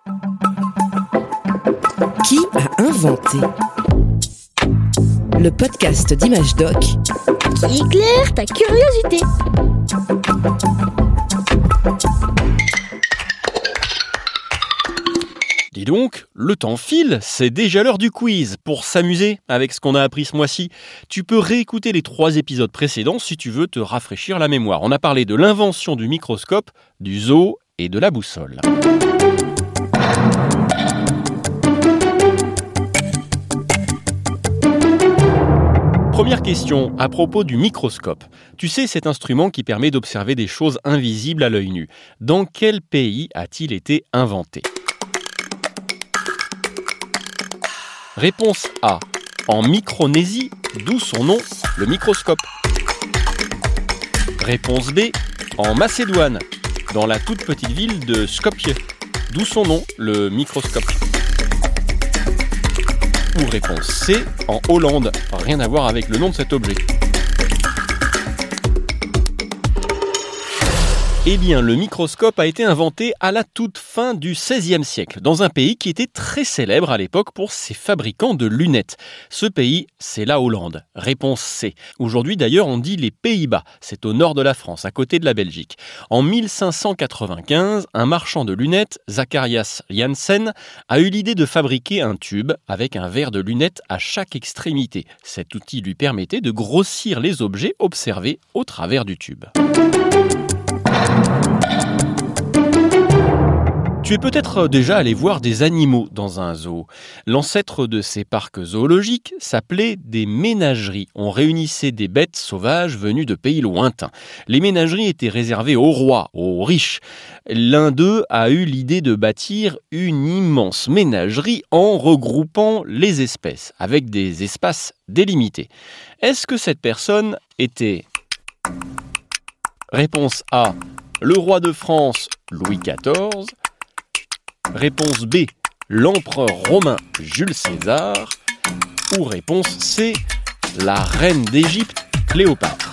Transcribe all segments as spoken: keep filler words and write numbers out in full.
Qui a inventé ? Le podcast d'ImageDoc qui éclaire ta curiosité. Dis donc, le temps file, c'est déjà l'heure du quiz. Pour s'amuser avec ce qu'on a appris ce mois-ci, tu peux réécouter les trois épisodes précédents si tu veux te rafraîchir la mémoire. On a parlé de l'invention du microscope, du zoo et de la boussole. Première question, à propos du microscope. Tu sais, cet instrument qui permet d'observer des choses invisibles à l'œil nu. Dans quel pays a-t-il été inventé ? Réponse A. En Micronésie, d'où son nom, le microscope. Réponse B. En Macédoine, dans la toute petite ville de Skopje, d'où son nom, le microscope. Ou réponse C. En Hollande, rien à voir avec le nom de cet objet. Eh bien, le microscope a été inventé à la toute fin du seizième siècle, dans un pays qui était très célèbre à l'époque pour ses fabricants de lunettes. Ce pays, c'est la Hollande. Réponse C. Aujourd'hui, d'ailleurs, on dit les Pays-Bas. C'est au nord de la France, à côté de la Belgique. En mille cinq cent quatre-vingt-quinze, un marchand de lunettes, Zacharias Janssen, a eu l'idée de fabriquer un tube avec un verre de lunettes à chaque extrémité. Cet outil lui permettait de grossir les objets observés au travers du tube. Tu es peut-être déjà allé voir des animaux dans un zoo. L'ancêtre de ces parcs zoologiques s'appelait des ménageries. On réunissait des bêtes sauvages venues de pays lointains. Les ménageries étaient réservées aux rois, aux riches. L'un d'eux a eu l'idée de bâtir une immense ménagerie en regroupant les espèces, avec des espaces délimités. Est-ce que cette personne était... Réponse A. Le roi de France, Louis quatorze. Réponse B. L'empereur romain, Jules César. Ou réponse C. La reine d'Égypte, Cléopâtre.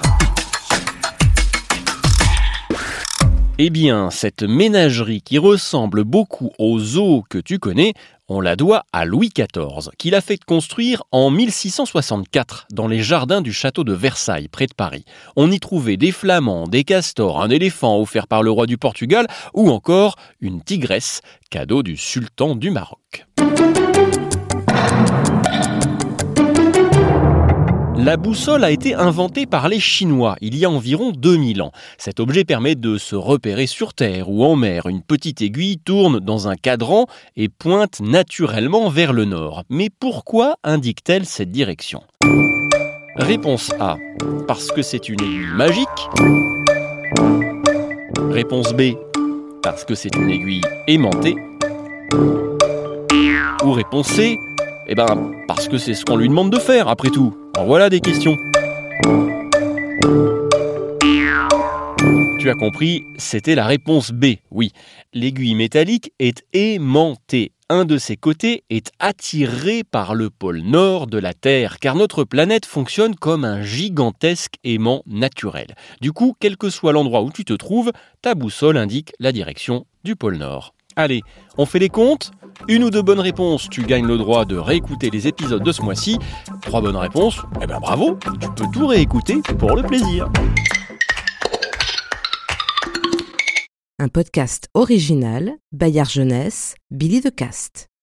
Eh bien, cette ménagerie qui ressemble beaucoup au zoo que tu connais, on la doit à Louis quatorze, qui l'a fait construire en mille six cent soixante-quatre dans les jardins du château de Versailles, près de Paris. On y trouvait des flamands, des castors, un éléphant offert par le roi du Portugal ou encore une tigresse, cadeau du sultan du Maroc. La boussole a été inventée par les Chinois il y a environ deux mille ans. Cet objet permet de se repérer sur terre ou en mer. Une petite aiguille tourne dans un cadran et pointe naturellement vers le nord. Mais pourquoi indique-t-elle cette direction ? Réponse A. Parce que c'est une aiguille magique. Réponse B. Parce que c'est une aiguille aimantée. Ou réponse C. Eh ben, parce que c'est ce qu'on lui demande de faire, après tout. En voilà des questions. Tu as compris, c'était la réponse B. Oui, l'aiguille métallique est aimantée. Un de ses côtés est attiré par le pôle nord de la Terre, car notre planète fonctionne comme un gigantesque aimant naturel. Du coup, quel que soit l'endroit où tu te trouves, ta boussole indique la direction du pôle nord. Allez, on fait les comptes ? Une ou deux bonnes réponses, tu gagnes le droit de réécouter les épisodes de ce mois-ci. Trois bonnes réponses, eh ben bravo, tu peux tout réécouter pour le plaisir. Un podcast original, Bayard Jeunesse, Billy de Cast.